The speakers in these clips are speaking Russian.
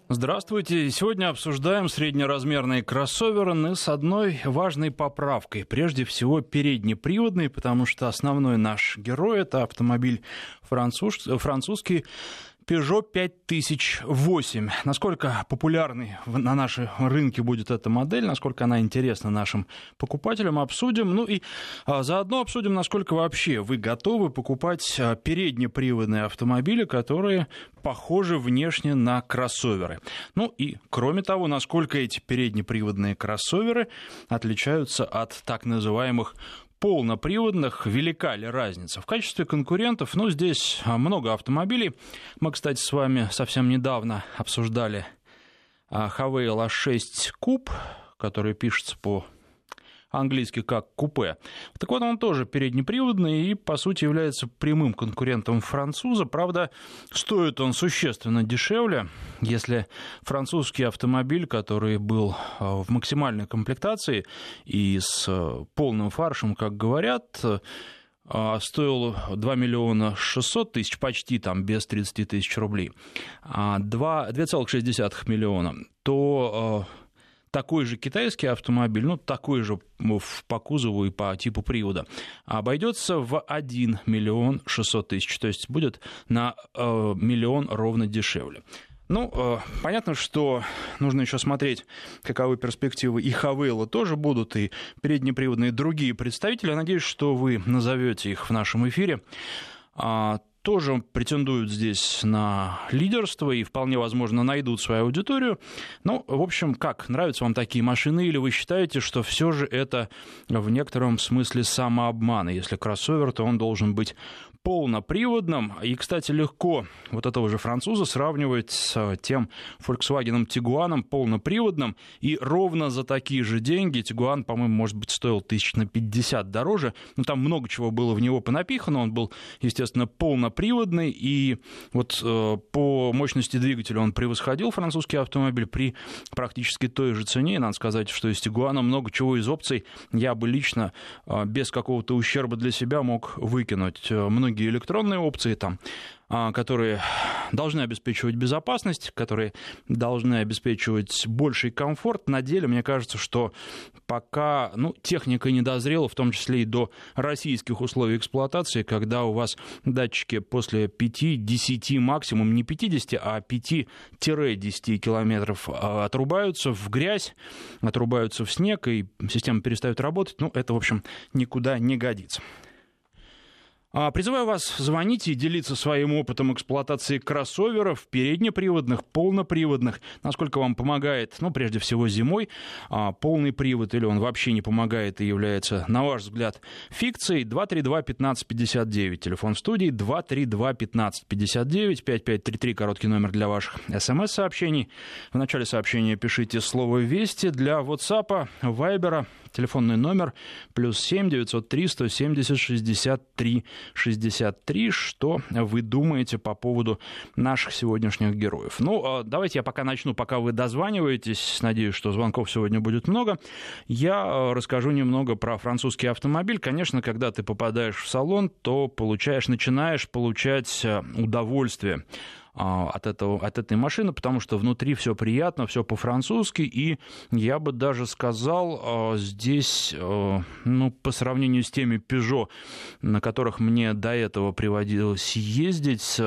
Здравствуйте. Сегодня обсуждаем среднеразмерные кроссоверы, но с одной важной поправкой. Прежде всего, переднеприводный, потому что основной наш герой — это автомобиль французский Peugeot 5008. Насколько популярной на нашем рынке будет эта модель, насколько она интересна нашим покупателям, обсудим. Ну и заодно обсудим, насколько вообще вы готовы покупать переднеприводные автомобили, которые похожи внешне на кроссоверы. Ну и, кроме того, насколько эти переднеприводные кроссоверы отличаются от так называемых полноприводных, велика ли разница? В качестве конкурентов, здесь много автомобилей. Мы, кстати, с вами совсем недавно обсуждали Havail A6 Coupe, который пишется по-английски как купе. Так вот, он тоже переднеприводный и, по сути, является прямым конкурентом француза. Правда, стоит он существенно дешевле. Если французский автомобиль, который был в максимальной комплектации и с полным фаршем, как говорят, стоил 2 миллиона 600 тысяч, почти там без 30 тысяч рублей, 2,6 миллиона, то такой же китайский автомобиль, такой же по кузову и по типу привода, обойдется в 1 миллион 600 тысяч, то есть будет на миллион ровно дешевле. Понятно, что нужно еще смотреть, каковы перспективы и Havail тоже будут, и переднеприводные другие представители. Я надеюсь, что вы назовете их в нашем эфире. Тоже претендуют здесь на лидерство и вполне возможно найдут свою аудиторию. В общем, как, нравятся вам такие машины, или вы считаете, что все же это в некотором смысле самообман? Если кроссовер, то он должен быть полноприводным. И, кстати, легко вот этого же француза сравнивать с тем Volkswagen Tiguan полноприводным. И ровно за такие же деньги Tiguan, по-моему, может быть, стоил 50 дороже. Там много чего было в него понапихано. Он был, естественно, полноприводный. И вот по мощности двигателя он превосходил французский автомобиль при практически той же цене. И надо сказать, что из Tiguan много чего из опций я бы лично без какого-то ущерба для себя мог выкинуть. Многие электронные опции там, которые должны обеспечивать безопасность, которые должны обеспечивать больший комфорт. На деле, мне кажется, что пока техника не дозрела, в том числе и до российских условий эксплуатации, когда у вас датчики после 5-10, максимум не 50, а 5-10 километров отрубаются в грязь, отрубаются в снег, и система перестает работать. Это, в общем, никуда не годится. Призываю вас звонить и делиться своим опытом эксплуатации кроссоверов, переднеприводных, полноприводных. Насколько вам помогает, прежде всего зимой, полный привод, или он вообще не помогает и является, на ваш взгляд, фикцией. 232-1559, телефон в студии, 232-1559, 5533, короткий номер для ваших СМС-сообщений. В начале сообщения пишите слово «Вести», для WhatsApp, Viber, телефонный номер +7 903 170 63 63. Что вы думаете по поводу наших сегодняшних героев? Давайте я пока начну, пока вы дозваниваетесь. Надеюсь, что звонков сегодня будет много. Я расскажу немного про французский автомобиль. Конечно, когда ты попадаешь в салон, то начинаешь получать удовольствие от этой машины, потому что внутри все приятно, все по-французски, и я бы даже сказал, здесь, по сравнению с теми Peugeot, на которых мне до этого приводилось ездить,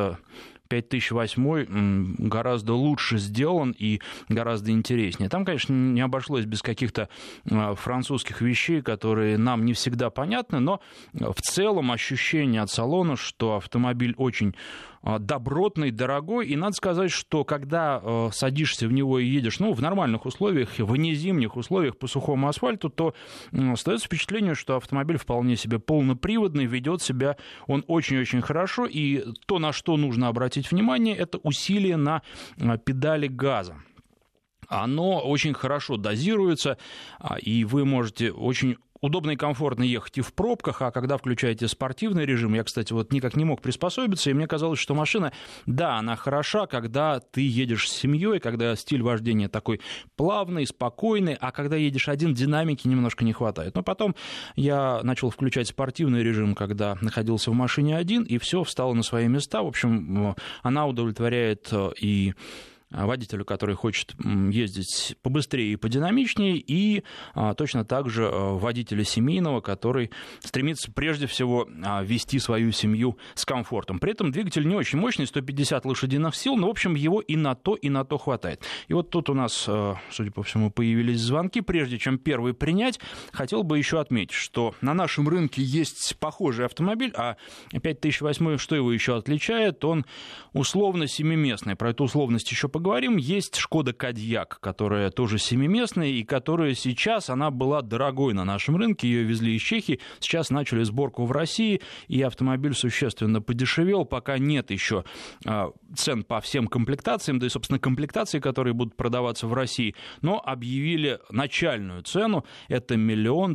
5008 гораздо лучше сделан и гораздо интереснее. Там, конечно, не обошлось без каких-то французских вещей, которые нам не всегда понятны, но в целом ощущение от салона, что автомобиль очень добротный, дорогой, и надо сказать, что когда садишься в него и едешь, в нормальных условиях, в незимних условиях по сухому асфальту, то остается впечатление, что автомобиль вполне себе полноприводный, ведет себя он очень-очень хорошо, и то, на что нужно обратить внимание, это усилие на педали газа. Оно очень хорошо дозируется, и вы можете очень удобно и комфортно ехать и в пробках, а когда включаете спортивный режим, я, кстати, никак не мог приспособиться, и мне казалось, что машина, да, она хороша, когда ты едешь с семьей, когда стиль вождения такой плавный, спокойный, а когда едешь один, динамики немножко не хватает. Но потом я начал включать спортивный режим, когда находился в машине один, и все встало на свои места. В общем, она удовлетворяет и водителю, который хочет ездить побыстрее и подинамичнее, и точно так же водителя семейного, который стремится прежде всего вести свою семью с комфортом. При этом двигатель не очень мощный, 150 лошадиных сил, но, в общем, его и на то хватает. И вот тут у нас, судя по всему, появились звонки. Прежде чем первый принять, хотел бы еще отметить, что на нашем рынке есть похожий автомобиль, а 5008, что его еще отличает? Он условно семиместный. Про эту условность еще поговорим. Есть Шкода Кодиак, которая тоже семиместная, и которая сейчас, она была дорогой на нашем рынке, ее везли из Чехии, сейчас начали сборку в России, и автомобиль существенно подешевел, пока нет еще цен по всем комплектациям, да и, собственно, комплектации, которые будут продаваться в России, но объявили начальную цену, это 1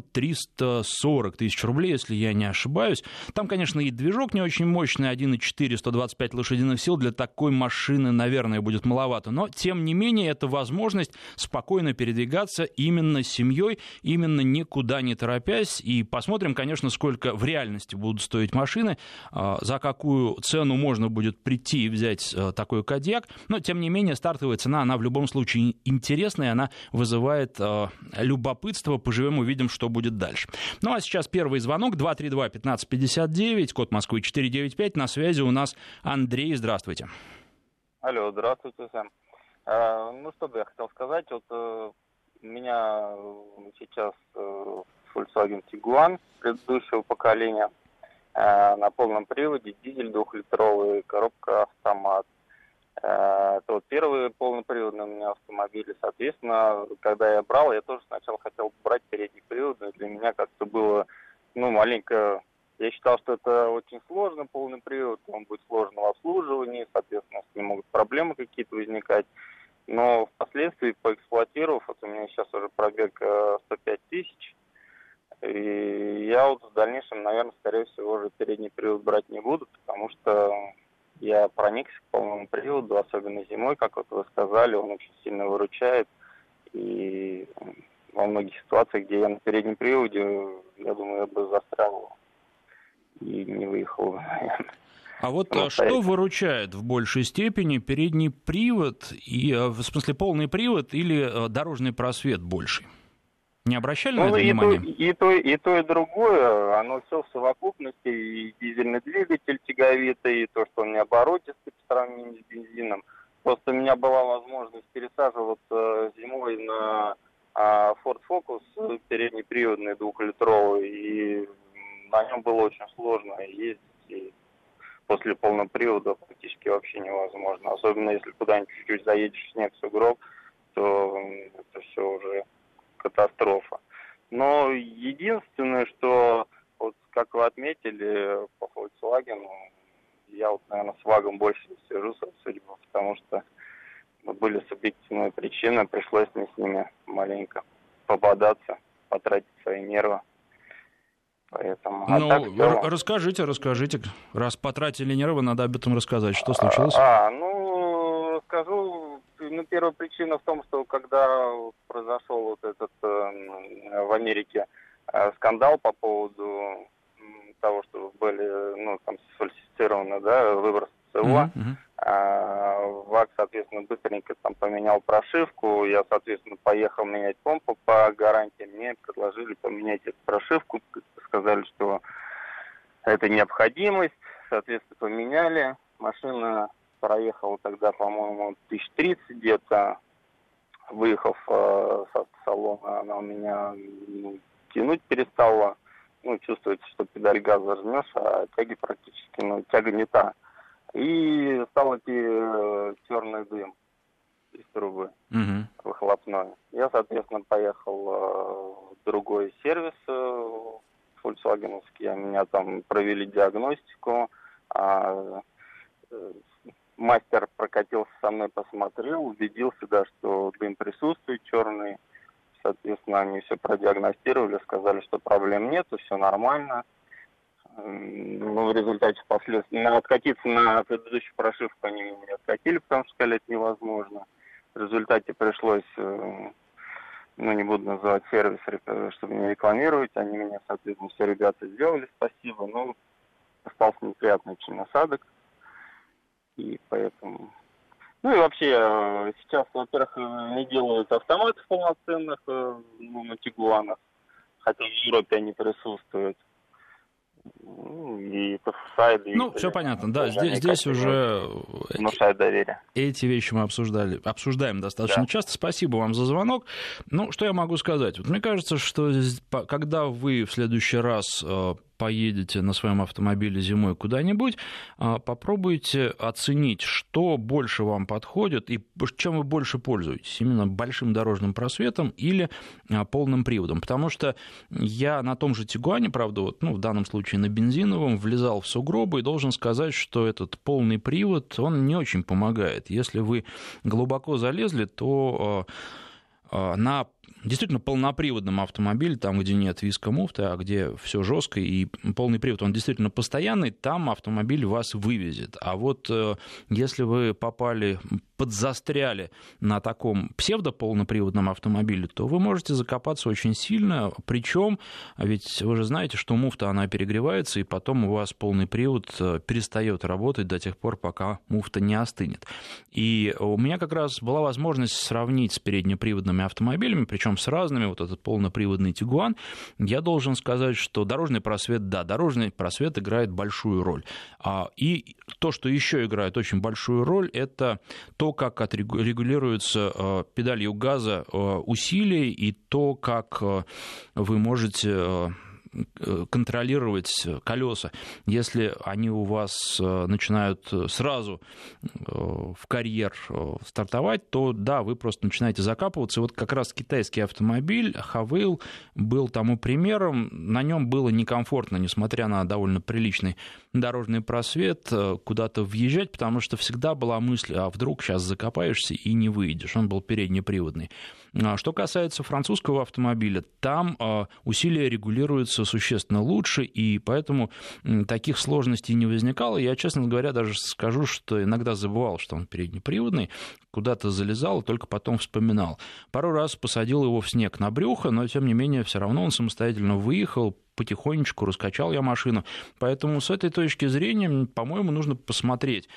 340 000 рублей, если я не ошибаюсь. Там, конечно, и движок не очень мощный, 1.4, 125 лошадиных сил, для такой машины, наверное, будет маловато, но, тем не менее, это возможность спокойно передвигаться именно с семьей, именно никуда не торопясь, и посмотрим, конечно, сколько в реальности будут стоить машины, за какую цену можно будет прийти и взять такой Кодиак, но, тем не менее, стартовая цена, она в любом случае интересная, она вызывает любопытство, поживем, увидим, что будет дальше. Ну, а сейчас первый звонок, 232-1559, код Москвы 495, на связи у нас Андрей, здравствуйте. Алло, здравствуйте, Сэм. Ну, что бы я хотел сказать, вот у меня сейчас Volkswagen Tiguan предыдущего поколения на полном приводе, дизель 2-литровый, коробка автомат. Это вот первый полноприводный у меня автомобиль, и, соответственно, когда я брал, я тоже сначала хотел брать передний привод, но для меня как-то было, маленько... Я считал, что это очень сложно, полный привод, он будет сложно в обслуживании, соответственно, с ним могут проблемы какие-то возникать. Но впоследствии, поэксплуатировав, вот у меня сейчас уже пробег 105 000, и я вот в дальнейшем, наверное, скорее всего, уже передний привод брать не буду, потому что я проникся к полному приводу, особенно зимой, как вот вы сказали, он очень сильно выручает. И во многих ситуациях, где я на переднем приводе, я думаю, я бы застрял и не выехал, наверное. А вот что выручает в большей степени, передний привод, в смысле полный привод или дорожный просвет больший? Не обращали на это внимания? И то, и другое, оно все в совокупности, и дизельный двигатель тяговитый, и то, что он не оборотистый по сравнению с бензином. Просто у меня была возможность пересаживаться зимой на Ford Focus переднеприводный 2-литровый, и на нем было очень сложно ездить, и после полного привода практически вообще невозможно. Особенно если куда-нибудь чуть-чуть заедешь в снег, сугроб, то это все уже катастрофа. Но единственное, что, вот как вы отметили, по Volkswagen, я вот, наверное, с ВАГом больше сижу, судьбу, потому что были субъективные причины, пришлось мне с ними маленько пободаться, потратить свои нервы. Поэтому, расскажите, раз потратили нервы, надо об этом рассказать, что случилось? Скажу, первая причина в том, что когда произошел вот этот в Америке скандал по поводу того, что были, там сфальсифицированы, выброс СО, ВАГ, соответственно, быстренько там поменял прошивку, я, соответственно, поехал менять помпу по гарантии, мне предложили поменять эту прошивку, сказали, что это необходимость, соответственно, поменяли, машина проехала тогда, по-моему, 1030 где-то, выехав со салона, она у меня тянуть перестала, чувствуется, что педаль газа жмешь, а тяги практически, тяга не та. И стал идти черный дым из трубы выхлопной. Я, соответственно, поехал в другой сервис фольксвагеновский, меня там провели диагностику, мастер прокатился со мной, посмотрел, убедился, что дым присутствует черный. Соответственно, они все продиагностировали, сказали, что проблем нет, все нормально. В результате впоследствии откатиться на предыдущую прошивку они меня не откатили, потому что сказали, это невозможно. В результате пришлось, не буду называть сервис, чтобы не рекламировать, они меня, соответственно, все ребята сделали, спасибо, но остался неприятный очень осадок. И поэтому... Ну и вообще, сейчас, во-первых, не делают автоматов полноценных на Тигуанах, хотя в Европе они присутствуют. И PFSI, Ну, все понятно, да, здесь уже внушает доверие. Эти вещи мы обсуждаем достаточно часто. Спасибо вам за звонок. Ну, что я могу сказать? Вот мне кажется, что когда вы в следующий раз поедете на своем автомобиле зимой куда-нибудь, попробуйте оценить, что больше вам подходит и чем вы больше пользуетесь, именно большим дорожным просветом или полным приводом. Потому что я на том же Тигуане, правда, вот, в данном случае на бензиновом, влезал в сугробы и должен сказать, что этот полный привод, он не очень помогает. Если вы глубоко залезли, то на действительно полноприводном автомобиле, там, где нет виска муфты, а где все жестко и полный привод, он действительно постоянный, там автомобиль вас вывезет. А вот если вы подзастряли на таком псевдополноприводном автомобиле, то вы можете закопаться очень сильно, причем, ведь вы же знаете, что муфта, она перегревается, и потом у вас полный привод перестает работать до тех пор, пока муфта не остынет. И у меня как раз была возможность сравнить с переднеприводными автомобилями, причем с разными, вот этот полноприводный Тигуан. Я должен сказать, что дорожный просвет, да, дорожный просвет играет большую роль. И то, что еще играет очень большую роль, это то, как регулируется педалью газа усилий, и то, как вы можете контролировать колеса. Если они у вас начинают сразу в карьер стартовать, то да, вы просто начинаете закапываться. И вот как раз китайский автомобиль Havail был тому примером. На нем было некомфортно, несмотря на довольно приличный дорожный просвет, куда-то въезжать, потому что всегда была мысль, а вдруг сейчас закопаешься и не выйдешь. Он был переднеприводный. Что касается французского автомобиля, там усилия регулируются существенно лучше, и поэтому таких сложностей не возникало. Я, честно говоря, даже скажу, что иногда забывал, что он переднеприводный, куда-то залезал и только потом вспоминал. Пару раз посадил его в снег на брюхо, но, тем не менее, все равно он самостоятельно выехал, потихонечку раскачал я машину. Поэтому с этой точки зрения, по-моему, нужно посмотреть.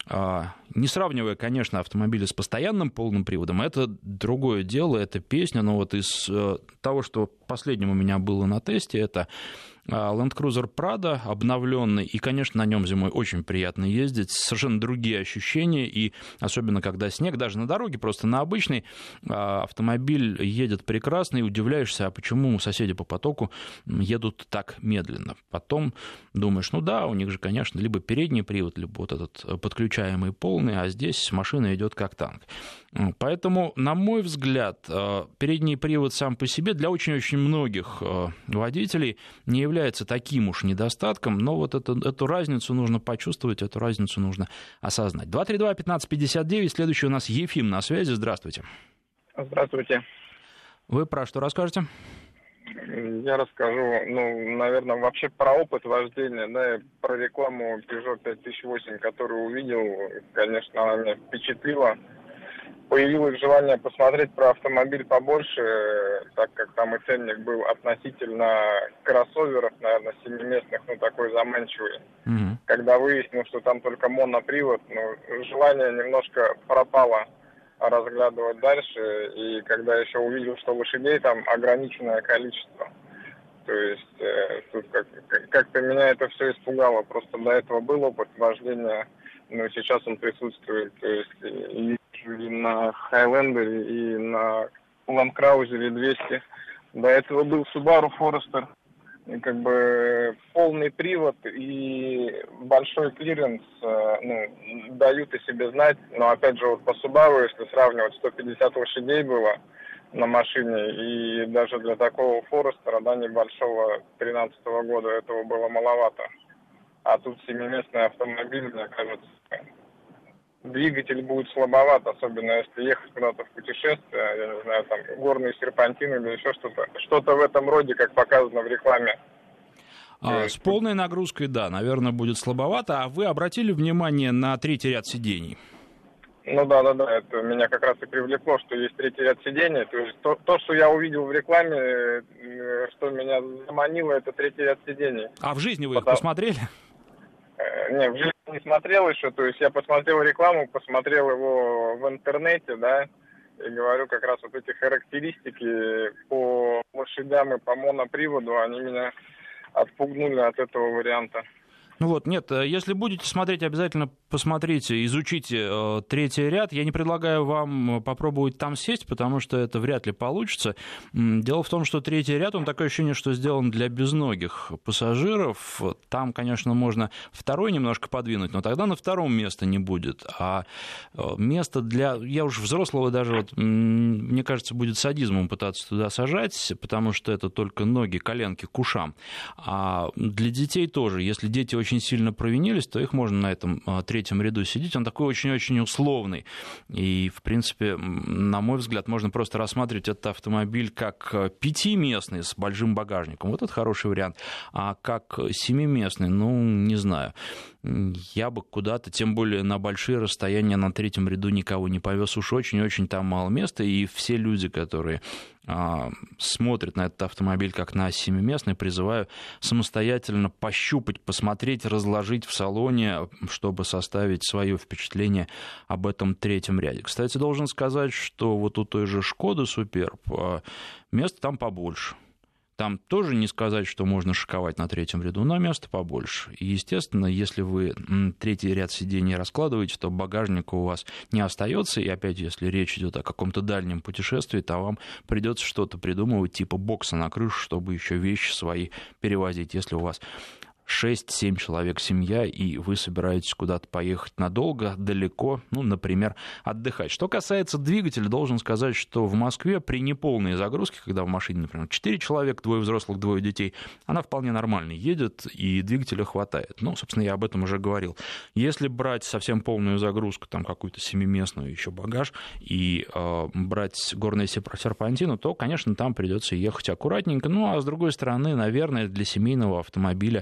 Не сравнивая, конечно, автомобили с постоянным полным приводом, это другое дело, это песня. Но вот из того, что последним у меня было на тесте, это Land Cruiser Prado обновленный, и, конечно, на нем зимой очень приятно ездить, совершенно другие ощущения, и особенно когда снег, даже на дороге, просто на обычный автомобиль едет прекрасно, и удивляешься, а почему соседи по потоку едут так медленно. Потом думаешь, ну да, у них же, конечно, либо передний привод, либо вот этот подключаемый полный, а здесь машина идет как танк. Поэтому, на мой взгляд, передний привод сам по себе для очень-очень многих водителей не является таким уж недостатком, но вот эту разницу нужно почувствовать, эту разницу нужно осознать. 232-1559, следующий у нас Ефим на связи, здравствуйте. Здравствуйте. Вы про что расскажете? Я расскажу, наверное, вообще про опыт вождения, да, и про рекламу Peugeot 5008, которую увидел, конечно, она меня впечатлила. Появилось желание посмотреть про автомобиль побольше, так как там и ценник был относительно кроссоверов, наверное, семиместных, такой заманчивый. Mm-hmm. Когда выяснил, что там только монопривод, желание немножко пропало разглядывать дальше. И когда еще увидел, что лошадей там ограниченное количество, то есть тут как-то меня это все испугало. Просто до этого был опыт вождения, но сейчас он присутствует, то есть и на Highlander, и на Land Cruiser 200. До этого был Subaru Forester. И как бы полный привод и большой клиренс дают о себе знать. Но опять же, вот по Subaru, если сравнивать, 150 лошадей было на машине. И даже для такого Forester, да, небольшого 2013 года, этого было маловато. А тут семиместный автомобиль, мне кажется, двигатель будет слабоват, особенно если ехать куда-то в путешествие, я не знаю, там горные серпантины или еще что-то. Что-то в этом роде, как показано в рекламе. С полной нагрузкой, да, наверное, будет слабовато. А вы обратили внимание на третий ряд сидений? Ну да, это меня как раз и привлекло, что есть третий ряд сидений. То есть то, что я увидел в рекламе, что меня заманило, это третий ряд сидений. А в жизни вы их посмотрели? Не, в жизни не смотрел еще, то есть я посмотрел рекламу, посмотрел его в интернете, да, и говорю, как раз вот эти характеристики по лошадям и по моноприводу, они меня отпугнули от этого варианта. Ну вот, нет, если будете смотреть, обязательно посмотрите, изучите третий ряд. Я не предлагаю вам попробовать там сесть, потому что это вряд ли получится. Дело в том, что третий ряд, он такое ощущение, что сделан для безногих пассажиров. Там, конечно, можно второй немножко подвинуть, но тогда на втором места не будет. А место для... Я уж взрослого даже, вот, мне кажется, будет садизмом пытаться туда сажать, потому что это только ноги, коленки к ушам. А для детей тоже. Если дети очень сильно провинились, то их можно на этом третьем ряду сидеть. Он такой очень-очень условный. И, в принципе, на мой взгляд, можно просто рассматривать этот автомобиль как пятиместный с большим багажником. Вот это хороший вариант. А как семиместный, ну, не знаю. Я бы куда-то, тем более на большие расстояния на третьем ряду никого не повез. Уж очень-очень там мало места. И все люди, которые смотрят на этот автомобиль как на семиместный, призываю самостоятельно пощупать, посмотреть, разложить в салоне, чтобы составить свое впечатление об этом третьем ряде. Кстати, должен сказать, что вот у той же Шкоды Суперб места там побольше. Там тоже не сказать, что можно шиковать на третьем ряду, но места побольше. И, естественно, если вы третий ряд сидений раскладываете, то багажника у вас не остается. И опять, если речь идет о каком-то дальнем путешествии, то вам придется что-то придумывать, типа бокса на крышу, чтобы еще вещи свои перевозить, если у вас 6-7 человек семья, и вы собираетесь куда-то поехать надолго, далеко, ну, например, отдыхать. Что касается двигателя, должен сказать, что в Москве при неполной загрузке, когда в машине, например, 4 человека, 2 взрослых, 2 детей, она вполне нормально едет, и двигателя хватает. Ну, собственно, я об этом уже говорил. Если брать совсем полную загрузку, там какую-то семиместную еще багаж, и брать горные серпантины, то, конечно, там придется ехать аккуратненько. Ну, а с другой стороны, наверное, для семейного автомобиля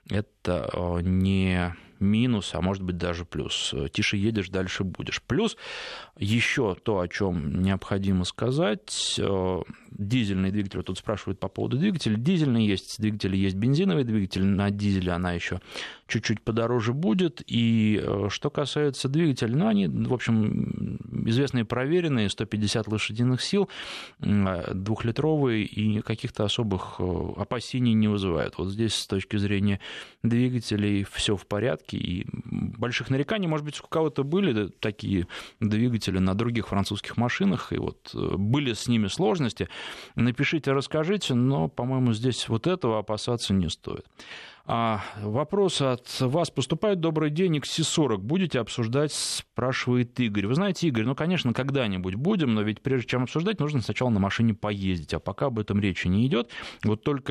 это не минус, а может быть даже плюс. Тише едешь, дальше будешь. Плюс еще то, о чем необходимо сказать. Дизельный двигатель, вот тут спрашивают по поводу двигателя. Дизельный есть двигатель, есть бензиновый двигатель. На дизеле она еще чуть-чуть подороже будет. И что касается двигателя, ну, они, в общем, известные, проверенные, 150 лошадиных сил, двухлитровые, и каких-то особых опасений не вызывают. Вот здесь с точки зрения двигателей все в порядке, и больших нареканий, может быть, у кого-то были такие двигатели на других французских машинах, и вот были с ними сложности. Напишите, расскажите, но, по-моему, здесь вот этого опасаться не стоит. Вопрос от вас поступает. Добрый день, XC40 будете обсуждать, спрашивает Игорь. Вы знаете, Игорь, ну, конечно, когда-нибудь будем, но ведь прежде чем обсуждать, нужно сначала на машине поездить, а пока об этом речи не идет. Вот только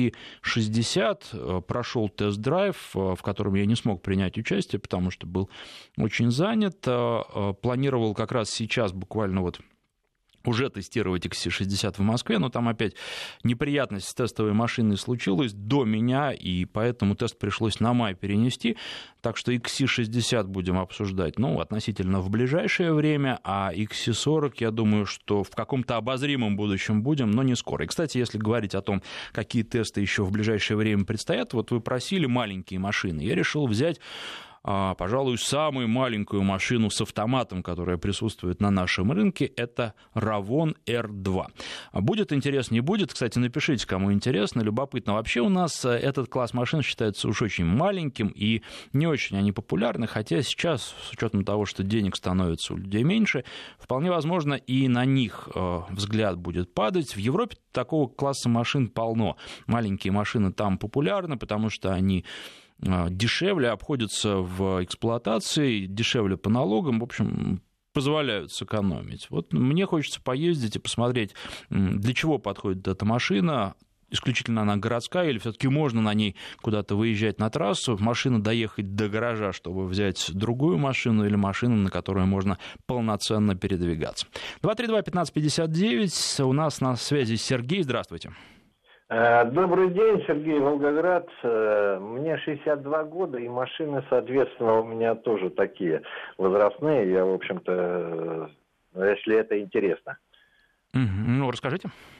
XC60 прошел тест-драйв, в котором я не смог принять участие, потому что был очень занят. Планировал как раз сейчас буквально вот уже тестировать XC60 в Москве, но там опять неприятность с тестовой машиной случилась до меня, и поэтому тест пришлось на май перенести, так что XC60 будем обсуждать, ну, относительно в ближайшее время, а XC40, я думаю, что в каком-то обозримом будущем будем, но не скоро. И, кстати, если говорить о том, какие тесты еще в ближайшее время предстоят, вот вы просили маленькие машины, я решил взять, пожалуй, самую маленькую машину с автоматом, которая присутствует на нашем рынке, это Ravon R2. Будет интересно, не будет? Кстати, напишите, кому интересно, любопытно. Вообще у нас этот класс машин считается уж очень маленьким, и не очень они популярны, хотя сейчас, с учетом того, что денег становится у людей меньше, вполне возможно, и на них взгляд будет падать. В Европе такого класса машин полно. Маленькие машины там популярны, потому что они дешевле обходятся в эксплуатации, дешевле по налогам, в общем, позволяют сэкономить. Вот мне хочется поездить и посмотреть, для чего подходит эта машина, исключительно она городская, или все-таки можно на ней куда-то выезжать на трассу, машина доехать до гаража, чтобы взять другую машину, или машину, на которой можно полноценно передвигаться. 232-1559, у нас на связи Сергей, здравствуйте. Добрый день, Сергей, Волгоград. Мне 62 года, и машины, соответственно, у меня тоже такие возрастные. Я, в общем-то, если это интересно. Ну, расскажите.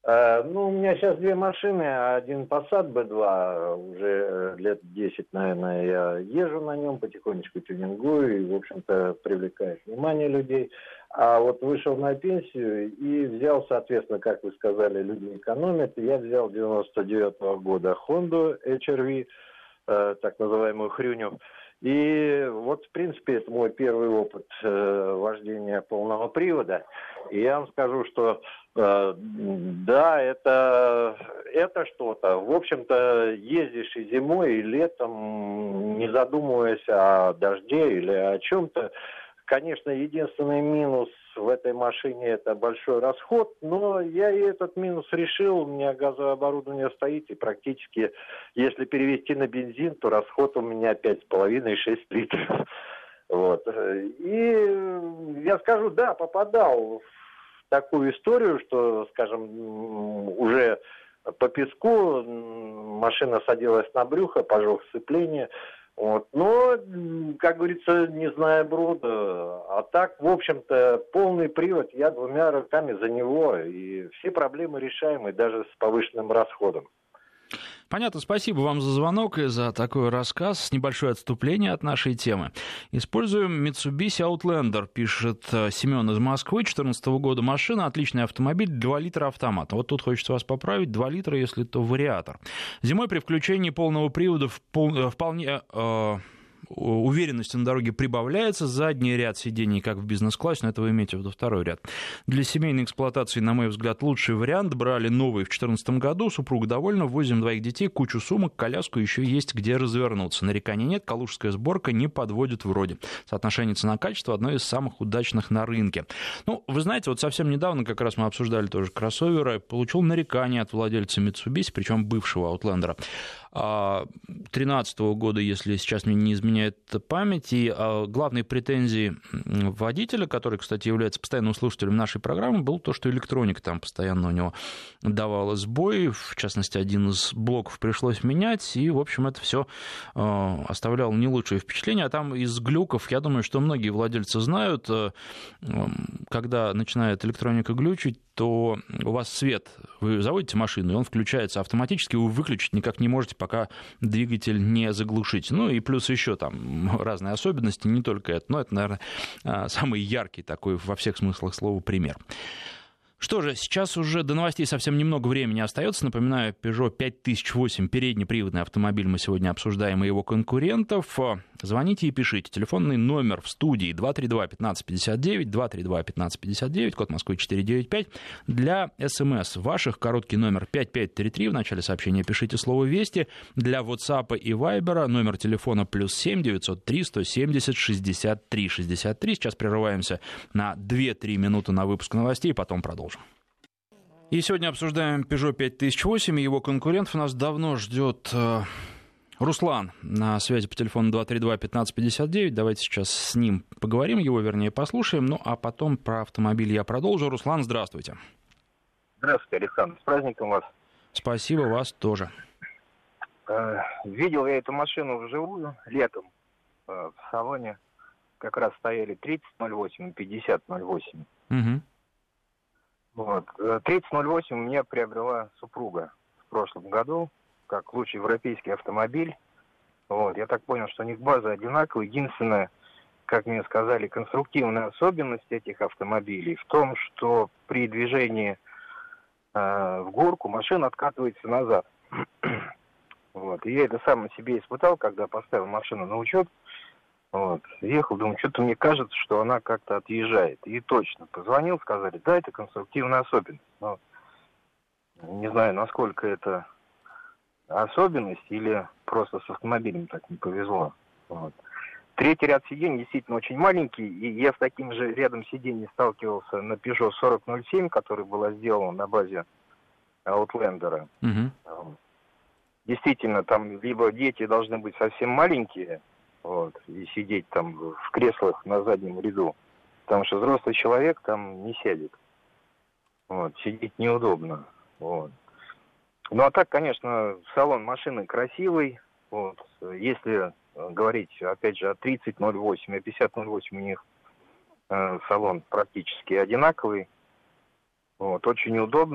Ну, у меня сейчас две машины, один Passat B2, уже лет 10, наверное, я езжу на нем, потихонечку тюнингую и, в общем-то, привлекает внимание людей. А вот вышел на пенсию и взял, соответственно, как вы сказали, люди экономят, я взял 99-го года Honda HR-V, так называемую хрюню. И вот, в принципе, это мой первый опыт вождения полного привода. И я вам скажу, что да, это что-то. В общем-то, ездишь и зимой, и летом, не задумываясь о дожде или о чем-то. Конечно, единственный минус в этой машине – это большой расход, но я и этот минус решил. У меня газовое оборудование стоит, и практически, если перевести на бензин, то расход у меня 5,5-6 литров. Вот. И я скажу, да, попадал в такую историю, что, скажем, уже по песку машина садилась на брюхо, пожег сцепление. Вот. Но, как говорится, не зная брода. А так, в общем-то, полный привод, я двумя руками за него. И все проблемы решаемы даже с повышенным расходом. Понятно, спасибо вам за звонок и за такой рассказ. Небольшое отступление от нашей темы. Используем Mitsubishi Outlander, пишет Семен из Москвы, 2014 года машина, отличный автомобиль, 2 литра автомат. Вот тут хочется вас поправить, 2 литра, если то вариатор. Зимой при включении полного привода вполне... уверенность на дороге прибавляется, задний ряд сидений, как в бизнес-классе, но это вы имеете в виду второй ряд. Для семейной эксплуатации, на мой взгляд, лучший вариант. Брали новый в 2014 году, супруга довольна, возим 2 детей, кучу сумок, коляску, еще есть где развернуться. Нареканий нет, калужская сборка не подводит вроде. Соотношение цена-качество одно из самых удачных на рынке. Ну, вы знаете, вот совсем недавно как раз мы обсуждали тоже кроссоверы, получил нарекание от владельца Mitsubishi, причем бывшего Outlander. 2013 года, если сейчас мне не изменяет память, и главной претензией водителя, который, кстати, является постоянным слушателем нашей программы, было то, что электроника там постоянно у него давала сбой, в частности, один из блоков пришлось менять, и, в общем, это все оставляло не лучшее впечатление, а там из глюков, я думаю, что многие владельцы знают, когда начинает электроника глючить, то у вас свет, вы заводите машину, и он включается автоматически, вы выключить никак не можете, пока двигатель не заглушите. Ну и плюс еще там разные особенности, не только это, но это, наверное, самый яркий такой во всех смыслах слова пример. Что же, сейчас уже до новостей совсем немного времени остается. Напоминаю, Peugeot 5008, переднеприводный автомобиль, мы сегодня обсуждаем и его конкурентов. Звоните и пишите. Телефонный номер в студии 232-1559, 232-1559, код Москвы 495. Для СМС ваших короткий номер 5533, в начале сообщения пишите слово «Вести». Для WhatsApp и Viber номер телефона +7 903 170 63 63. Сейчас прерываемся на 2-3 минуты на выпуск новостей, потом продолжим. И сегодня обсуждаем Peugeot 5008 и его конкурентов. Нас давно ждет Руслан на связи по телефону 232-1559. Давайте сейчас с ним поговорим, его, вернее, послушаем. Ну, а потом про автомобиль я продолжу. Руслан, здравствуйте. Здравствуйте, Александр. С праздником вас. Спасибо, вас тоже. Видел я эту машину вживую летом в салоне. Как раз стояли 3008 и 5008. Угу. Вот. 3008 мне приобрела супруга в прошлом году, как лучший европейский автомобиль. Вот. Я так понял, что у них база одинаковая. Единственное, как мне сказали, конструктивная особенность этих автомобилей в том, что при движении в горку машина откатывается назад. Вот. И я это сам на себе испытал, когда поставил машину на учет. Вот. Ехал, думаю, что-то мне кажется, что она как-то отъезжает. И точно позвонил, сказали, да, это конструктивная особенность. Но не знаю, насколько это особенность или просто с автомобилем так не повезло. Вот. Третий ряд сидений действительно очень маленький, и я с таким же рядом сидений сталкивался на Peugeot 4007, который была сделана на базе Outlander. Угу. Действительно, там либо дети должны быть совсем маленькие, вот, и сидеть там в креслах на заднем ряду, потому что взрослый человек там не сядет. Вот, сидеть неудобно. Вот. Ну а так, конечно, салон машины красивый. Вот. Если говорить, опять же, о 3008 и 5008, у них салон практически одинаковый. Вот. Очень удобно.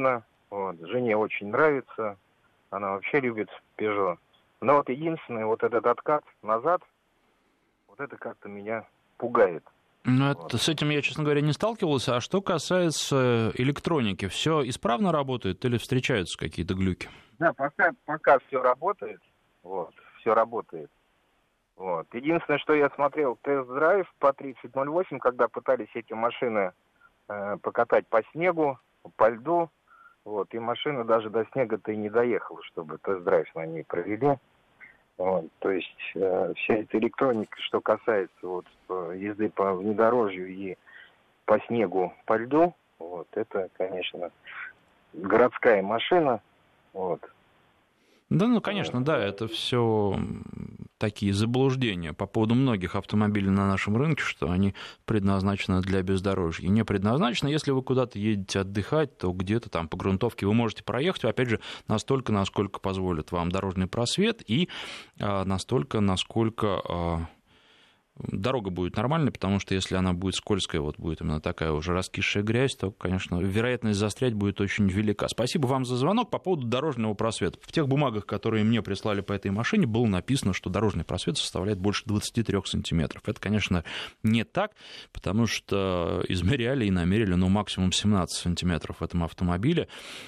Вот. Жене очень нравится, она вообще любит Peugeot. Но вот единственное, вот этот откат назад, вот это как-то меня пугает. Ну, Вот. с этим я, честно говоря, не сталкивался. А что касается электроники, все исправно работает или встречаются какие-то глюки? Да, пока все работает. Вот, все работает. Вот. Единственное, что я смотрел тест-драйв по 3008, когда пытались эти машины покатать по снегу, по льду. Вот, и машина даже до снега-то и не доехала, чтобы тест-драйв на ней провели. Вот, то есть вся эта электроника, что касается вот, езды по внедорожью и по снегу, по льду, вот, это, конечно, городская машина. Вот. Да, ну, конечно, да, это все такие заблуждения по поводу многих автомобилей на нашем рынке, что они предназначены для бездорожья. Не предназначены. Если вы куда-то едете отдыхать, то где-то там по грунтовке вы можете проехать, опять же, настолько, насколько позволит вам дорожный просвет, и настолько, насколько дорога будет нормальной, потому что если она будет скользкая, вот будет именно такая уже раскисшая грязь, то, конечно, вероятность застрять будет очень велика. Спасибо вам за звонок. По поводу дорожного просвета. В тех бумагах, которые мне прислали по этой машине, было написано, что дорожный просвет составляет больше 23 сантиметров. Это, конечно, не так, потому что измеряли и намерили, максимум 17 сантиметров в этом автомобиле.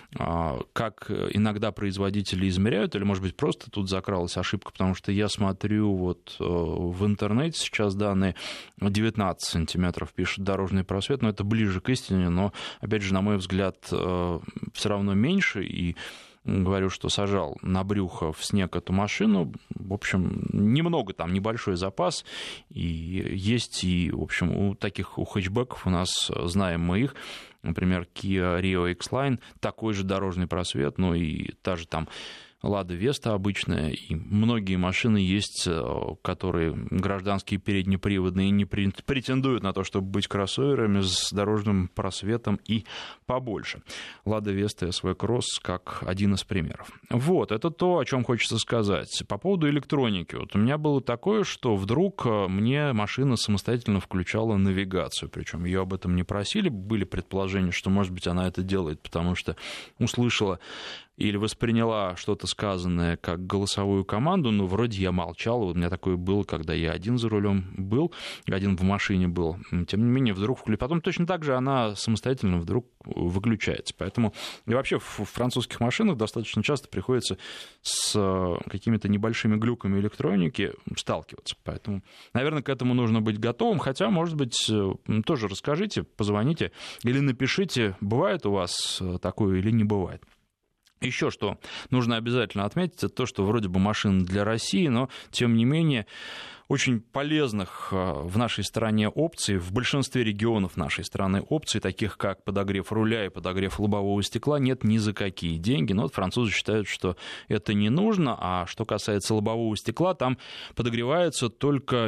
Как иногда производители измеряют, или, может быть, просто тут закралась ошибка, потому что я смотрю вот в интернете сейчас данные 19 сантиметров пишет дорожный просвет, но это ближе к истине, но, опять же, на мой взгляд, все равно меньше, и говорю, что сажал на брюхо в снег эту машину, в общем, немного там, небольшой запас, и есть, и, в общем, у хэтчбеков у нас, знаем мы их, например, Kia Rio X-Line, такой же дорожный просвет, и та же там Лада Веста обычная, и многие машины есть, которые гражданские переднеприводные, не претендуют на то, чтобы быть кроссоверами с дорожным просветом и побольше. Лада Веста SV Cross как один из примеров. Вот, это то, о чем хочется сказать. По поводу электроники. Вот у меня было такое, что вдруг мне машина самостоятельно включала навигацию, причем ее об этом не просили, были предположения, что, может быть, она это делает, потому что услышала или восприняла что-то сказанное как голосовую команду, но вроде я молчал, у меня такое было, когда я один за рулем был, один в машине был, тем не менее вдруг потом точно так же она самостоятельно вдруг выключается, поэтому и вообще в французских машинах достаточно часто приходится с какими-то небольшими глюками электроники сталкиваться, поэтому, наверное, к этому нужно быть готовым, хотя, может быть, тоже расскажите, позвоните или напишите, бывает у вас такое или не бывает. Еще что нужно обязательно отметить, это то, что вроде бы машина для России, но, тем не менее, очень полезных в нашей стране опций, в большинстве регионов нашей страны опций, таких как подогрев руля и подогрев лобового стекла, нет ни за какие деньги. Но вот французы считают, что это не нужно, а что касается лобового стекла, там подогревается только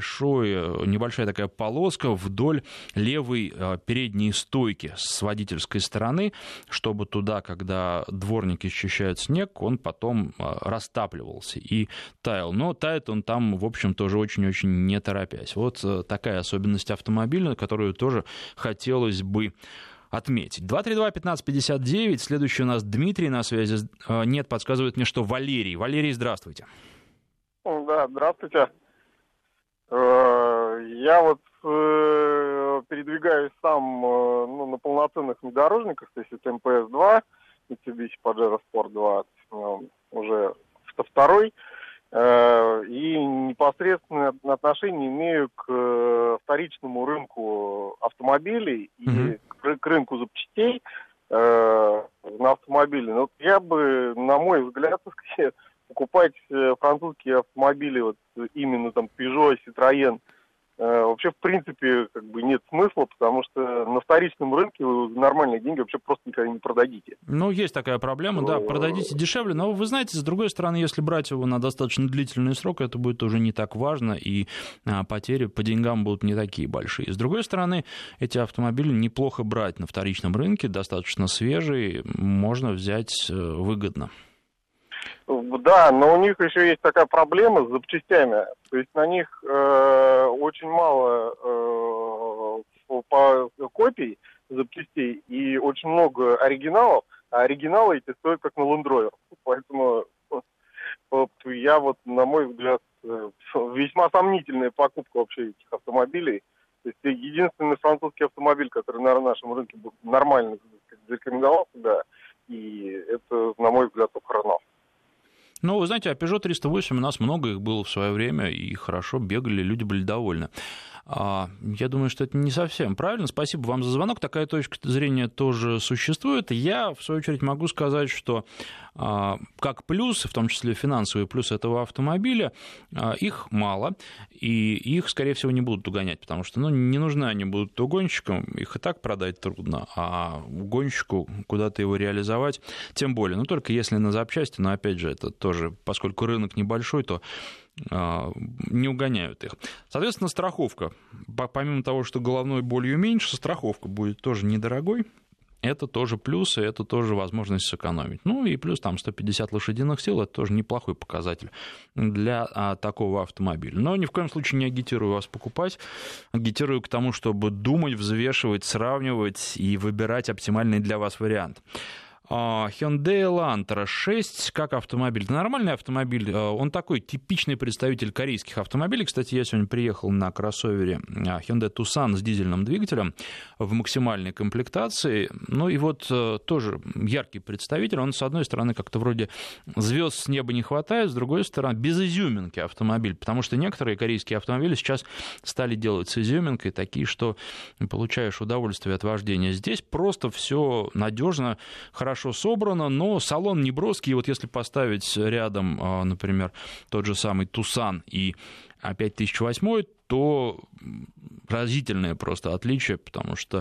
небольшая такая полоска вдоль левой передней стойки с водительской стороны, чтобы туда, когда дворники счищают снег, он потом растапливался и таял. Но тает он там, в общем, тоже очень-очень не торопясь. Вот такая особенность автомобиля, которую тоже хотелось бы отметить. 232-1559, следующий у нас Дмитрий на связи. Нет, подсказывает мне, что Валерий. Валерий, здравствуйте. Да, здравствуйте. Я вот передвигаюсь сам на полноценных внедорожниках, то есть это МПС-2, Mitsubishi Pajero Sport 2, уже второй. И непосредственное отношение имею к вторичному рынку автомобилей и к рынку запчастей на автомобили. Но я бы, на мой взгляд, покупать французские автомобили, вот именно там Peugeot, Citroën, вообще, в принципе, нет смысла, потому что на вторичном рынке вы за нормальные деньги вообще просто никогда не продадите. Есть такая проблема, да, продадите дешевле, но вы знаете, с другой стороны, если брать его на достаточно длительный срок, это будет уже не так важно, и потери по деньгам будут не такие большие. С другой стороны, эти автомобили неплохо брать на вторичном рынке, достаточно свежие, можно взять выгодно. Да, но у них еще есть такая проблема с запчастями. То есть на них очень мало копий запчастей и очень много оригиналов. а оригиналы эти стоят как на Land Rover. Поэтому я вот, на мой взгляд, весьма сомнительная покупка вообще этих автомобилей. То есть единственный французский автомобиль, который на нашем рынке нормально зарекомендовал себя, и это, на мой взгляд, Renault. Ну, вы знаете, а Peugeot 308 у нас много их было в свое время, и хорошо бегали, люди были довольны. Я думаю, что это не совсем правильно. Спасибо вам за звонок. Такая точка зрения тоже существует. Я, в свою очередь, могу сказать, что как плюсы, в том числе финансовые плюсы этого автомобиля, их мало, и их, скорее всего, не будут угонять, потому что не нужны они будут угонщикам, их и так продать трудно, а угонщику куда-то его реализовать тем более. Только если на запчасти, но, опять же, это тоже, поскольку рынок небольшой, то не угоняют их. Соответственно, страховка. Помимо того, что головной болью меньше, страховка будет тоже недорогой. Это тоже плюс, и это тоже возможность сэкономить. И плюс там 150 лошадиных сил, это тоже неплохой показатель для такого автомобиля. Но ни в коем случае не агитирую вас покупать. Агитирую к тому, чтобы думать, взвешивать, сравнивать и выбирать оптимальный для вас вариант. Hyundai Elantra 6 как автомобиль. Это нормальный автомобиль, он такой типичный представитель корейских автомобилей. Кстати, я сегодня приехал на кроссовере Hyundai Tucson с дизельным двигателем в максимальной комплектации. И вот тоже яркий представитель. Он, с одной стороны, как-то вроде звезд с неба не хватает, с другой стороны, без изюминки автомобиль, потому что некоторые корейские автомобили сейчас стали делать с изюминкой, такие, что получаешь удовольствие от вождения. Здесь просто все надежно, хорошо собрано, но салон не броский. Вот если поставить рядом, например, тот же самый Tucson и 5008, то разительное просто отличие, потому что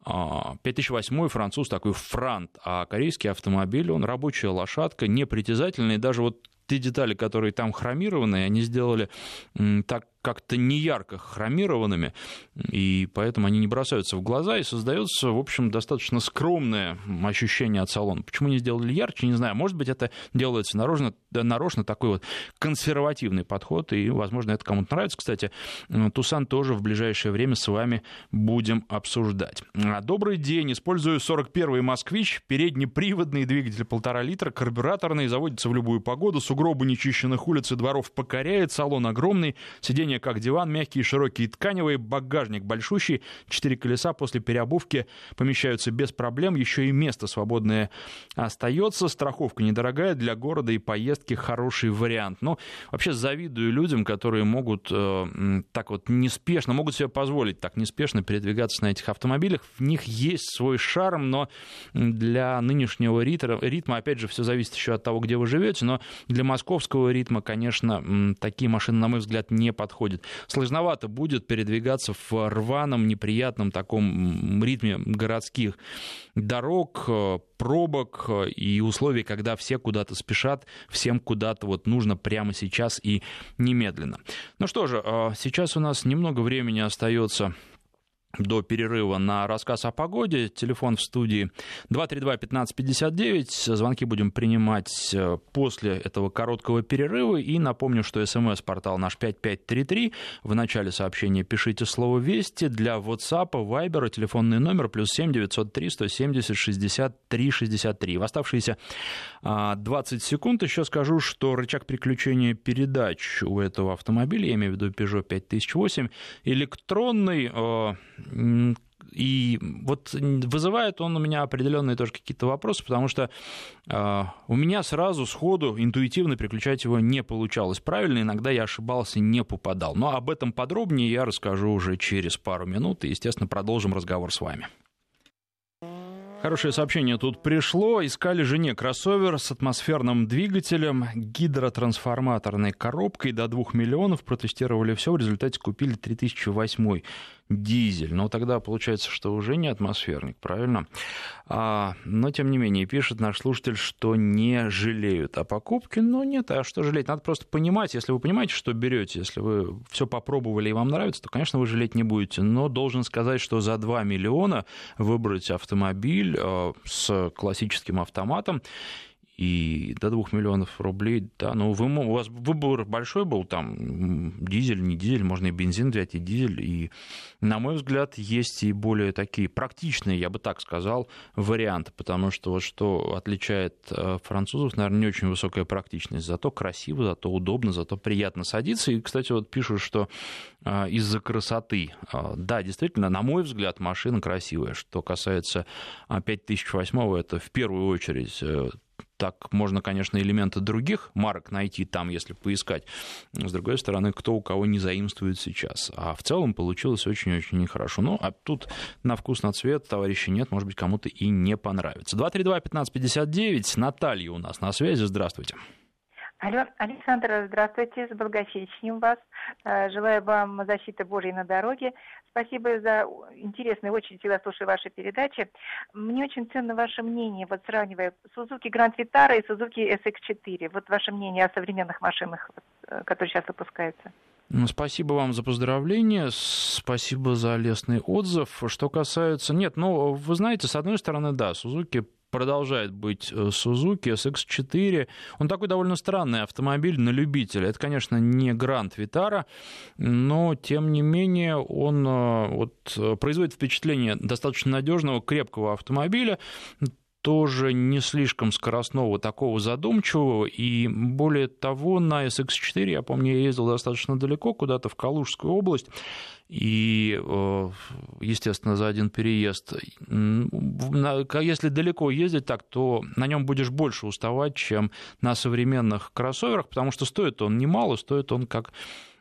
5008 француз такой франт, а корейский автомобиль, он рабочая лошадка, непритязательный, даже вот те детали, которые там хромированные, они сделали так как-то неярко хромированными, и поэтому они не бросаются в глаза, и создается, в общем, достаточно скромное ощущение от салона. Почему не сделали ярче, не знаю. Может быть, это делается нарочно такой вот консервативный подход, и, возможно, это кому-то нравится. Кстати, Tucson тоже в ближайшее время с вами будем обсуждать. Добрый день. Использую 41-й «Москвич», переднеприводный двигатель 1,5 литра, карбюраторный, заводится в любую погоду, сугробы нечищенных улиц и дворов покоряет, салон огромный, сиденья как диван, мягкие, широкие, тканевые, багажник большущий, 4 колеса после переобувки помещаются без проблем, еще и место свободное остается, страховка недорогая, для города и поездки хороший вариант. Вообще завидую людям, которые могут так вот неспешно, могут себе позволить так неспешно передвигаться на этих автомобилях. В них есть свой шарм, но для нынешнего ритма, опять же, все зависит еще от того, где вы живете, но для московского ритма, конечно, такие машины, на мой взгляд, не подходят. Сложновато будет передвигаться в рваном, неприятном таком ритме городских дорог, пробок и условий, когда все куда-то спешат, всем куда-то вот нужно прямо сейчас и немедленно. Что же, сейчас у нас немного времени остается до перерыва на рассказ о погоде. Телефон в студии 232-1559. Звонки будем принимать после этого короткого перерыва. И напомню, что СМС-портал наш 5533. В начале сообщения пишите слово «Вести». Для WhatsApp, Viber телефонный номер +7 903 170 63 63. В оставшиеся 20 секунд еще скажу, что рычаг переключения передач у этого автомобиля, я имею в виду Peugeot 5008, электронный. И вот вызывает он у меня определенные тоже какие-то вопросы, потому что у меня сразу, сходу, интуитивно переключать его не получалось правильно, иногда я ошибался, не попадал. Но об этом подробнее я расскажу уже через пару минут, и, естественно, продолжим разговор с вами. Хорошее сообщение тут пришло. Искали жене кроссовер с атмосферным двигателем, гидротрансформаторной коробкой до 2 миллионов. Протестировали все, в результате купили 3008 дизель. Но тогда получается, что уже не атмосферник, правильно? Но, тем не менее, пишет наш слушатель, что не жалеют о покупке. Но нет, а что жалеть? Надо просто понимать, если вы понимаете, что берете, если вы все попробовали и вам нравится, то, конечно, вы жалеть не будете. Но должен сказать, что за 2 миллиона выбрать автомобиль с классическим автоматом и до 2 миллионов рублей, да, ну, у вас выбор большой был, там, дизель, не дизель, можно и бензин взять, и дизель, и, на мой взгляд, есть и более такие практичные, я бы так сказал, варианты, потому что вот что отличает французов, наверное, не очень высокая практичность, зато красиво, зато удобно, зато приятно садиться, и, кстати, вот пишут, что из-за красоты, да, действительно, на мой взгляд, машина красивая, что касается 5008, это в первую очередь. Так можно, конечно, элементы других марок найти там, если поискать. Но, с другой стороны, кто у кого не заимствует сейчас. А в целом получилось очень-очень нехорошо. Ну, а тут на вкус, на цвет, товарищи, нет, может быть, кому-то и не понравится. 232-1559, Наталья у нас на связи, здравствуйте. Алло, Александр, здравствуйте, с Благовещением вас. Желаю вам защиты Божьей на дороге. Спасибо за интересные, очень всегда слушаю ваши передачи. Мне очень ценно ваше мнение, вот сравнивая Suzuki Grand Vitara и Suzuki SX4. Вот ваше мнение о современных машинах, которые сейчас выпускаются. Спасибо вам за поздравления, спасибо за лестный отзыв. Что касается... Нет, ну, вы знаете, с одной стороны, да, Suzuki продолжает быть Suzuki SX4. Он такой довольно странный автомобиль на любителя. Это, конечно, не Grand Vitara, но, тем не менее, он вот, производит впечатление достаточно надежного, крепкого автомобиля, тоже не слишком скоростного, такого задумчивого, и более того, на SX4, я помню, я ездил достаточно далеко, куда-то в Калужскую область, и, естественно, за один переезд. Если далеко ездить так, то на нем будешь больше уставать, чем на современных кроссоверах, потому что стоит он немало, стоит он как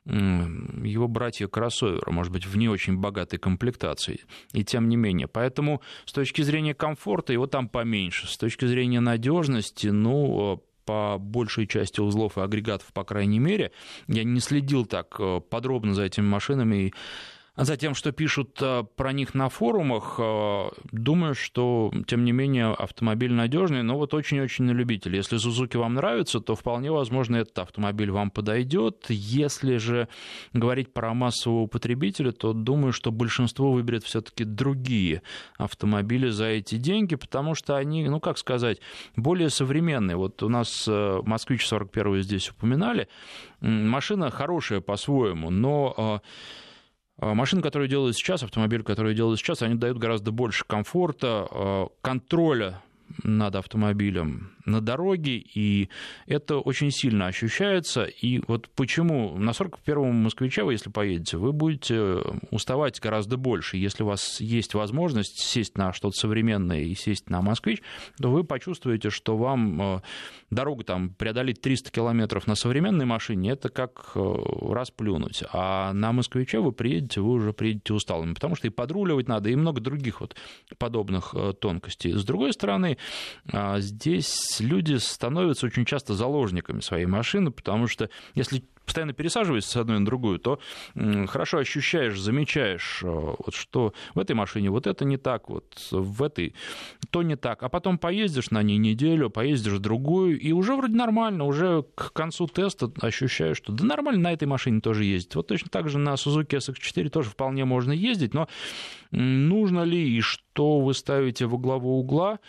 его братья-кроссоверы, может быть, в не очень богатой комплектации, и тем не менее. Поэтому с точки зрения комфорта его там поменьше, с точки зрения надежности, ну, по большей части узлов и агрегатов, по крайней мере, я не следил так подробно за этими машинами и за тем, что пишут про них на форумах. Думаю, что, тем не менее, автомобиль надежный, но вот очень-очень на любителя. Если Suzuki вам нравится, то вполне возможно, этот автомобиль вам подойдет. Если же говорить про массового потребителя, то думаю, что большинство выберет все-таки другие автомобили за эти деньги, потому что они, ну, как сказать, более современные. Вот у нас Москвич 41 здесь упоминали. Машина хорошая по-своему, но... Машины, которые делают сейчас, автомобили, которые делают сейчас, они дают гораздо больше комфорта, контроля над автомобилем на дороге, и это очень сильно ощущается. И вот почему на 41-м «Москвиче» вы, если поедете, вы будете уставать гораздо больше. Если у вас есть возможность сесть на что-то современное и сесть на «Москвич», то вы почувствуете, что вам дорогу там преодолеть 300 километров на современной машине, это как расплюнуть. А на «Москвиче» вы уже приедете усталыми, потому что и подруливать надо, и много других вот подобных тонкостей. С другой стороны, здесь люди становятся очень часто заложниками своей машины, потому что если постоянно пересаживаешься с одной на другую, то хорошо ощущаешь, замечаешь, вот, что в этой машине вот это не так, вот в этой то не так, а потом поездишь на ней неделю, поездишь другую, и уже вроде нормально, уже к концу теста ощущаешь, что да нормально на этой машине тоже ездить. Вот точно так же на Suzuki SX4 тоже вполне можно ездить, но нужно ли и что вы ставите во главу угла,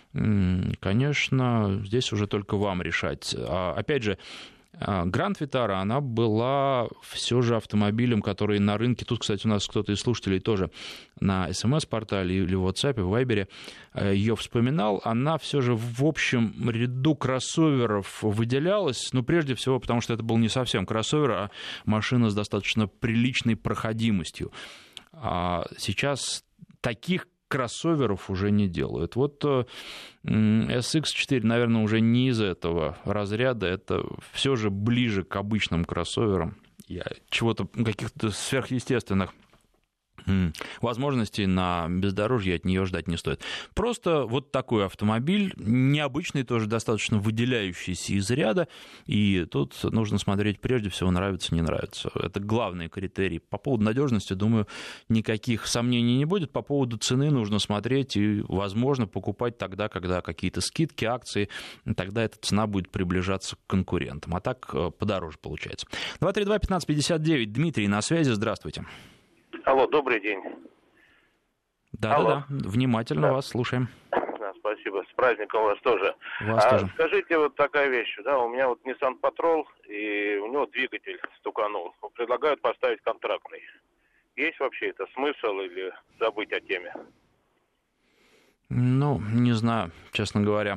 конечно, здесь уже только вам решать. Опять же, Grand Vitara, она была все же автомобилем, который на рынке, тут, кстати, у нас кто-то из слушателей тоже на СМС-портале или в WhatsApp, в Viber ее вспоминал, она все же в общем ряду кроссоверов выделялась, ну, прежде всего, потому что это был не совсем кроссовер, а машина с достаточно приличной проходимостью. А сейчас таких кроссоверов уже не делают. Вот SX4, наверное, уже не из этого разряда, это все же ближе к обычным кроссоверам. Чего-то, каких-то сверхъестественных возможностей на бездорожье от нее ждать не стоит. Просто вот такой автомобиль, необычный, тоже достаточно выделяющийся из ряда, и тут нужно смотреть прежде всего, нравится, не нравится. Это главный критерий. По поводу надежности, думаю, никаких сомнений не будет. По поводу цены нужно смотреть и, возможно, покупать тогда, когда какие-то скидки, акции, тогда эта цена будет приближаться к конкурентам. А так подороже получается. 232-1559, Дмитрий на связи, здравствуйте. Алло, добрый день. Да, внимательно вас слушаем. Да, спасибо. праздником вас тоже. Вас тоже. Скажите, вот такая вещь, да, у меня вот Nissan Patrol, и у него двигатель стуканул. Предлагают поставить контрактный. Есть вообще это смысл или забыть о теме? Ну, не знаю, честно говоря.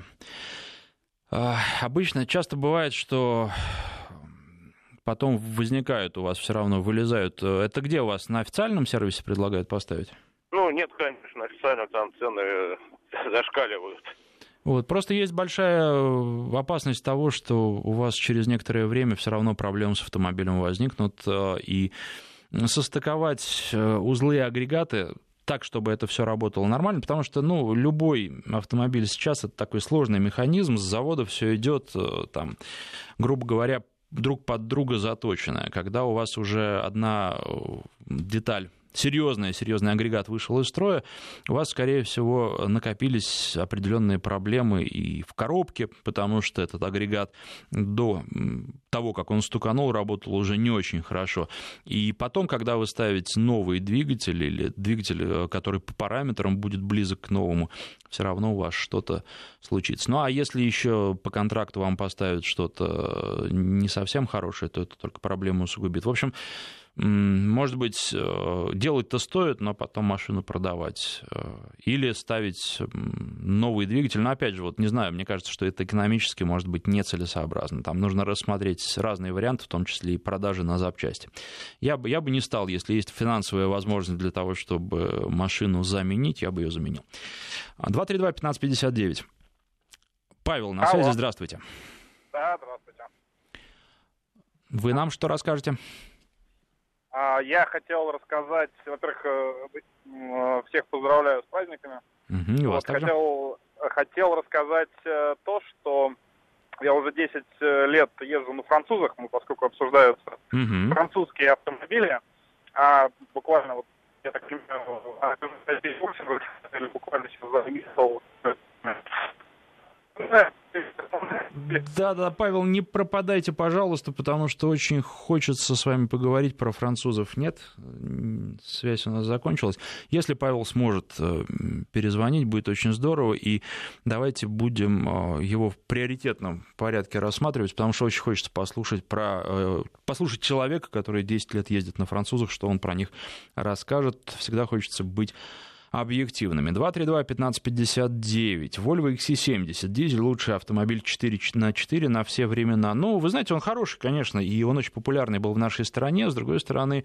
Обычно часто бывает, что потом возникают у вас, все равно вылезают. Это где у вас, на официальном сервисе предлагают поставить? Ну, нет, конечно, официально там цены зашкаливают. Вот, просто есть большая опасность того, что у вас через некоторое время все равно проблемы с автомобилем возникнут, и состыковать узлы и агрегаты так, чтобы это все работало нормально, потому что, ну, любой автомобиль сейчас это такой сложный механизм, с завода все идет, там, грубо говоря, друг под друга заточенная. Когда у вас уже одна деталь, серьезный агрегат вышел из строя, у вас, скорее всего, накопились определенные проблемы и в коробке, потому что этот агрегат до того, как он стуканул, работал уже не очень хорошо. И потом, когда вы ставите новый двигатель или двигатель, который по параметрам будет близок к новому, все равно у вас что-то случится. Ну, а если еще по контракту вам поставят что-то не совсем хорошее, то это только проблему усугубит. В общем, может быть, делать-то стоит, но потом машину продавать. Или ставить новый двигатель. Но опять же, вот не знаю, мне кажется, что это экономически может быть нецелесообразно. Там нужно рассмотреть разные варианты, в том числе и продажи на запчасти. Я бы не стал, если есть финансовая возможность для того, чтобы машину заменить, я бы ее заменил. 232-1559. Павел, на связи, здравствуйте. Да, здравствуйте. Вы нам что расскажете? Я хотел рассказать, во-первых, всех поздравляю с праздниками. Вас также. Хотел рассказать то, что я уже 10 лет езжу на французах, поскольку обсуждаются французские автомобили, а буквально, вот, я так понимаю, буквально сейчас заметил. Да, Павел, не пропадайте, пожалуйста, потому что очень хочется с вами поговорить про французов. Нет, связь у нас закончилась. Если Павел сможет перезвонить, будет очень здорово, и давайте будем его в приоритетном порядке рассматривать, потому что очень хочется послушать человека, который 10 лет ездит на французах, что он про них расскажет. Всегда хочется быть объективными. 232-1559. Volvo XC70. Дизель — лучший автомобиль 4x4 на все времена. Ну, вы знаете, он хороший, конечно, и он очень популярный был в нашей стране. С другой стороны,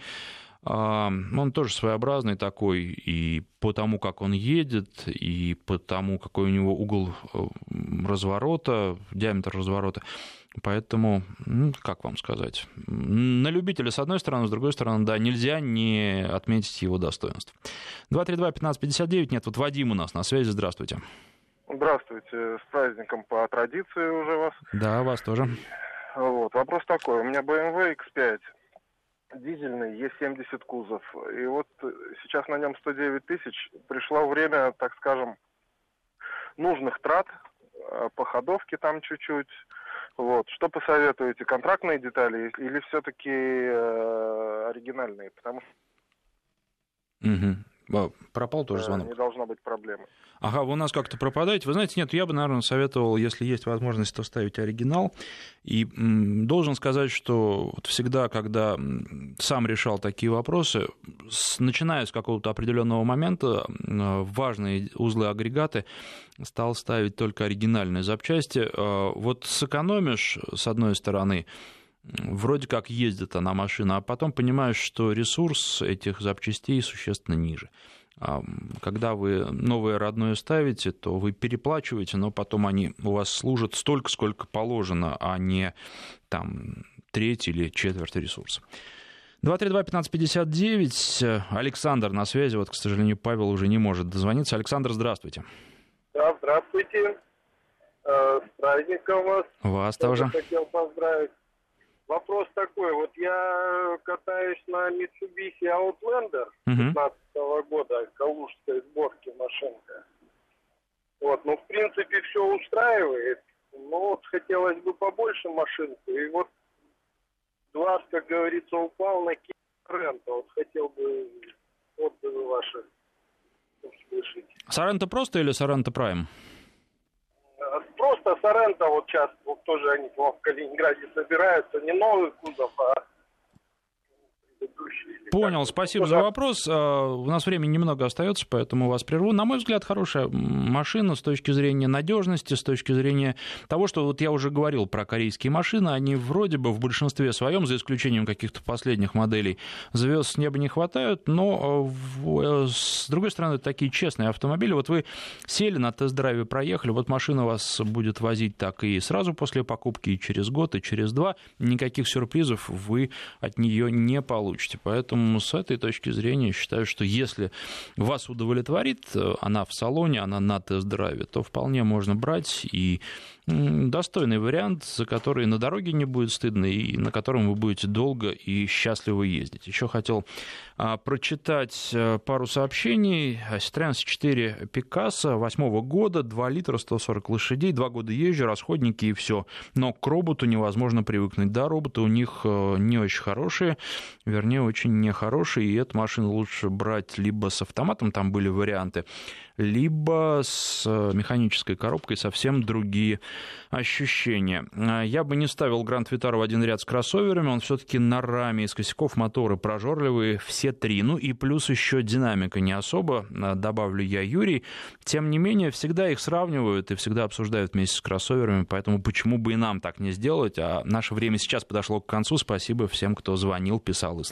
он тоже своеобразный такой и по тому, как он едет, и по тому, какой у него угол разворота, диаметр разворота. Поэтому, как вам сказать, на любителя с одной стороны, с другой стороны, да, нельзя не отметить его достоинств. 232-1559, нет, вот Вадим у нас на связи, здравствуйте. Здравствуйте, с праздником по традиции уже вас. Да, вас тоже. Вот, вопрос такой, у меня BMW X5, дизельный, E70 кузов, и вот сейчас на нем 109 тысяч, пришло время, так скажем, нужных трат, по ходовке там чуть-чуть. Вот. Что посоветуете, контрактные детали или все-таки оригинальные? Потому что пропал тоже звонок. Не должно быть проблемы. Ага, вы у нас как-то пропадаете. Вы знаете, нет, я бы, наверное, советовал, если есть возможность, то ставить оригинал. И должен сказать, что вот всегда, когда сам решал такие вопросы, начиная с какого-то определенного момента, важные узлы, агрегаты стал ставить только оригинальные запчасти. Вот сэкономишь, с одной стороны, вроде как ездит она машина, а потом понимаешь, что ресурс этих запчастей существенно ниже. Когда вы новое родное ставите, то вы переплачиваете, но потом они у вас служат столько, сколько положено, а не там треть или четверть ресурса. 232-1559. Александр на связи. Вот, к сожалению, Павел уже не может дозвониться. Александр, здравствуйте. Да, здравствуйте. С праздником вас. Вас тоже. Хотел поздравить. Вопрос такой. Вот я катаюсь на Mitsubishi Outlander 2015 года, калужской сборки машинка. Вот, ну, в принципе, все устраивает. Но вот хотелось бы побольше машинку. И вот глаз, как говорится, упал на Kia Sorento. Вот хотел бы отзывы ваши услышать. Sorento просто или Sorento Prime? Toyota Sorento, вот сейчас вот тоже они в Калининграде собираются, не новый кузов, а предыдущий. Понял, спасибо за вопрос. У нас времени немного остается, поэтому вас прерву. На мой взгляд, хорошая машина с точки зрения надежности, с точки зрения того, что вот я уже говорил про корейские машины, они вроде бы в большинстве своем, за исключением каких-то последних моделей, звезд с неба не хватают, но с другой стороны, это такие честные автомобили. Вот вы сели на тест-драйве, проехали, вот машина вас будет возить так и сразу после покупки, и через год, и через 2. Никаких сюрпризов вы от нее не получите. Поэтому с этой точки зрения считаю, что если вас удовлетворит она в салоне, она на тест-драйве, то вполне можно брать, и достойный вариант, за который на дороге не будет стыдно и на котором вы будете долго и счастливо ездить. Еще хотел прочитать пару сообщений. Citroёn C4 Picasso 8 года, 2 литра, 140 лошадей, 2 года езжу, расходники и все. Но к роботу невозможно привыкнуть. Да, роботы у них не очень хорошие, вернее, очень нехорошие, и эту машину лучше брать либо с автоматом, там были варианты, либо с механической коробкой, совсем другие ощущения. Я бы не ставил Grand Vitara в один ряд с кроссоверами, он все-таки на раме, из косяков моторы прожорливые, все 3, ну и плюс еще динамика не особо, добавлю я, Юрий. Тем не менее, всегда их сравнивают и всегда обсуждают вместе с кроссоверами, поэтому почему бы и нам так не сделать, а наше время сейчас подошло к концу. Спасибо всем, кто звонил, писал и